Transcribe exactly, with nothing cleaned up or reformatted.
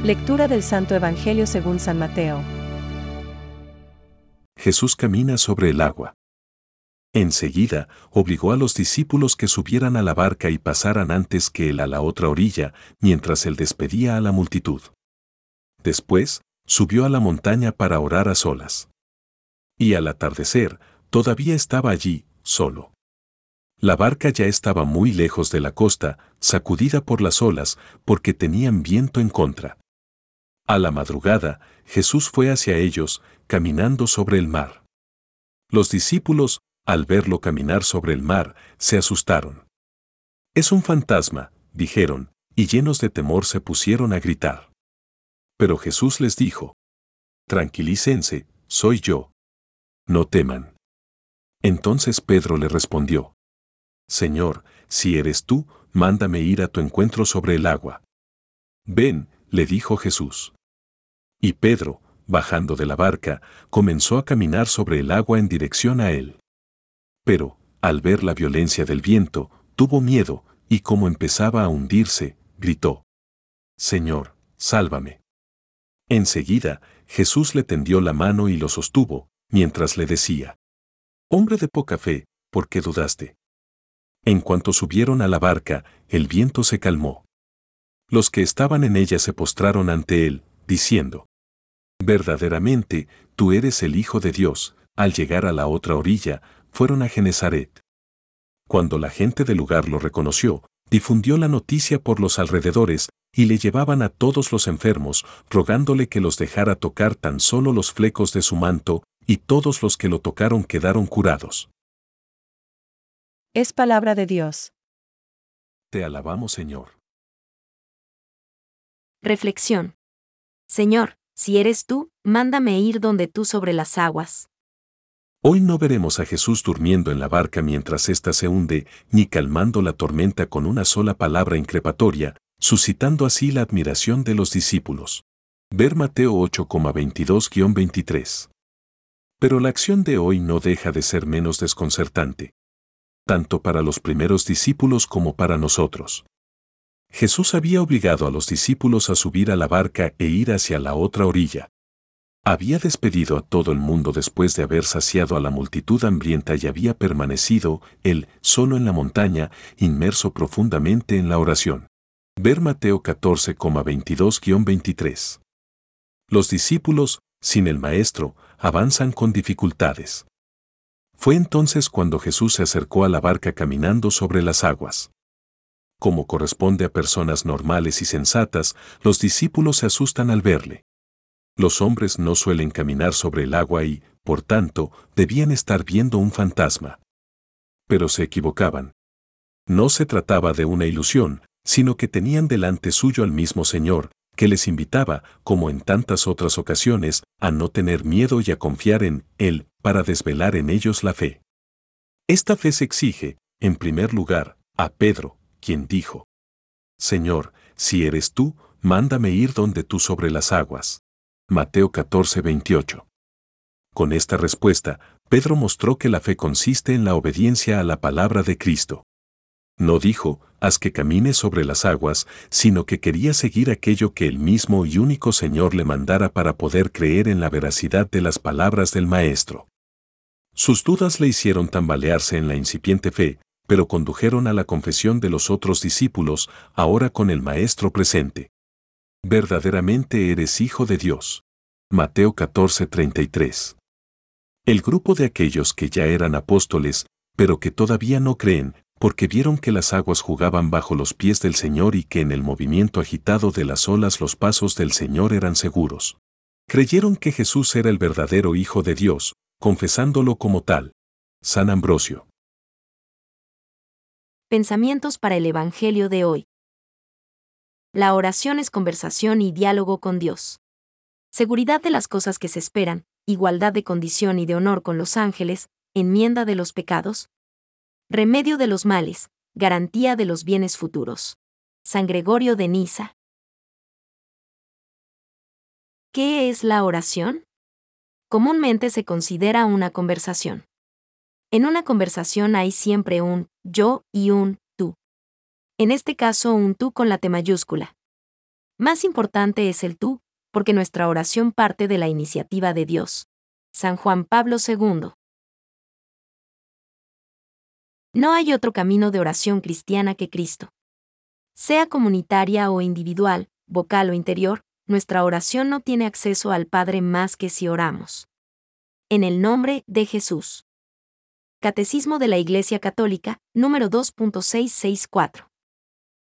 Lectura del Santo Evangelio según San Mateo. Jesús camina sobre el agua. Enseguida, obligó a los discípulos que subieran a la barca y pasaran antes que él a la otra orilla, mientras él despedía a la multitud. Después, subió a la montaña para orar a solas. Y al atardecer, todavía estaba allí, solo. La barca ya estaba muy lejos de la costa, sacudida por las olas, porque tenían viento en contra. A la madrugada, Jesús fue hacia ellos, caminando sobre el mar. Los discípulos, al verlo caminar sobre el mar, se asustaron. «Es un fantasma», dijeron, y llenos de temor se pusieron a gritar. Pero Jesús les dijo: «Tranquilícense, soy yo. No teman». Entonces Pedro le respondió: «Señor, si eres tú, mándame ir a tu encuentro sobre el agua». «Ven», le dijo Jesús. Y Pedro, bajando de la barca, comenzó a caminar sobre el agua en dirección a él. Pero, al ver la violencia del viento, tuvo miedo, y como empezaba a hundirse, gritó: «Señor, sálvame». Enseguida, Jesús le tendió la mano y lo sostuvo, mientras le decía: «Hombre de poca fe, ¿por qué dudaste?». En cuanto subieron a la barca, el viento se calmó. Los que estaban en ella se postraron ante él, diciendo: «Verdaderamente, tú eres el Hijo de Dios». Al llegar a la otra orilla, fueron a Genesaret. Cuando la gente del lugar lo reconoció, difundió la noticia por los alrededores, y le llevaban a todos los enfermos, rogándole que los dejara tocar tan solo los flecos de su manto, y todos los que lo tocaron quedaron curados. Es palabra de Dios. Te alabamos, Señor. Reflexión. Señor, si eres tú, mándame ir donde tú sobre las aguas. Hoy no veremos a Jesús durmiendo en la barca mientras ésta se hunde, ni calmando la tormenta con una sola palabra increpatoria, suscitando así la admiración de los discípulos. Ver Mateo ocho veintidós a veintitrés. Pero la acción de hoy no deja de ser menos desconcertante, tanto para los primeros discípulos como para nosotros. Jesús había obligado a los discípulos a subir a la barca e ir hacia la otra orilla. Había despedido a todo el mundo después de haber saciado a la multitud hambrienta y había permanecido, él, solo en la montaña, inmerso profundamente en la oración. Ver Mateo catorce veintidós a veintitrés. Los discípulos, sin el Maestro, avanzan con dificultades. Fue entonces cuando Jesús se acercó a la barca caminando sobre las aguas. Como corresponde a personas normales y sensatas, los discípulos se asustan al verle. Los hombres no suelen caminar sobre el agua y, por tanto, debían estar viendo un fantasma. Pero se equivocaban. No se trataba de una ilusión, sino que tenían delante suyo al mismo Señor, que les invitaba, como en tantas otras ocasiones, a no tener miedo y a confiar en Él, para desvelar en ellos la fe. Esta fe se exige, en primer lugar, a Pedro, quien dijo: «Señor, si eres tú, mándame ir donde tú sobre las aguas». Mateo catorce veintiocho. Con esta respuesta, Pedro mostró que la fe consiste en la obediencia a la palabra de Cristo. No dijo: «Haz que camine sobre las aguas», sino que quería seguir aquello que el mismo y único Señor le mandara para poder creer en la veracidad de las palabras del Maestro. Sus dudas le hicieron tambalearse en la incipiente fe, pero condujeron a la confesión de los otros discípulos, ahora con el Maestro presente. «Verdaderamente eres Hijo de Dios». Mateo catorce treinta y tres. El grupo de aquellos que ya eran apóstoles, pero que todavía no creen, porque vieron que las aguas jugaban bajo los pies del Señor y que en el movimiento agitado de las olas los pasos del Señor eran seguros. Creyeron que Jesús era el verdadero Hijo de Dios, confesándolo como tal. San Ambrosio. Pensamientos para el Evangelio de hoy. La oración es conversación y diálogo con Dios. Seguridad de las cosas que se esperan, igualdad de condición y de honor con los ángeles, enmienda de los pecados, remedio de los males, garantía de los bienes futuros. San Gregorio de Nisa. ¿Qué es la oración? Comúnmente se considera una conversación. En una conversación hay siempre un yo y un tú. En este caso un tú con la T mayúscula. Más importante es el tú, porque nuestra oración parte de la iniciativa de Dios. San Juan Pablo segundo. No hay otro camino de oración cristiana que Cristo. Sea comunitaria o individual, vocal o interior, nuestra oración no tiene acceso al Padre más que si oramos. En el nombre de Jesús. Catecismo de la Iglesia Católica, número dos punto seiscientos sesenta y cuatro.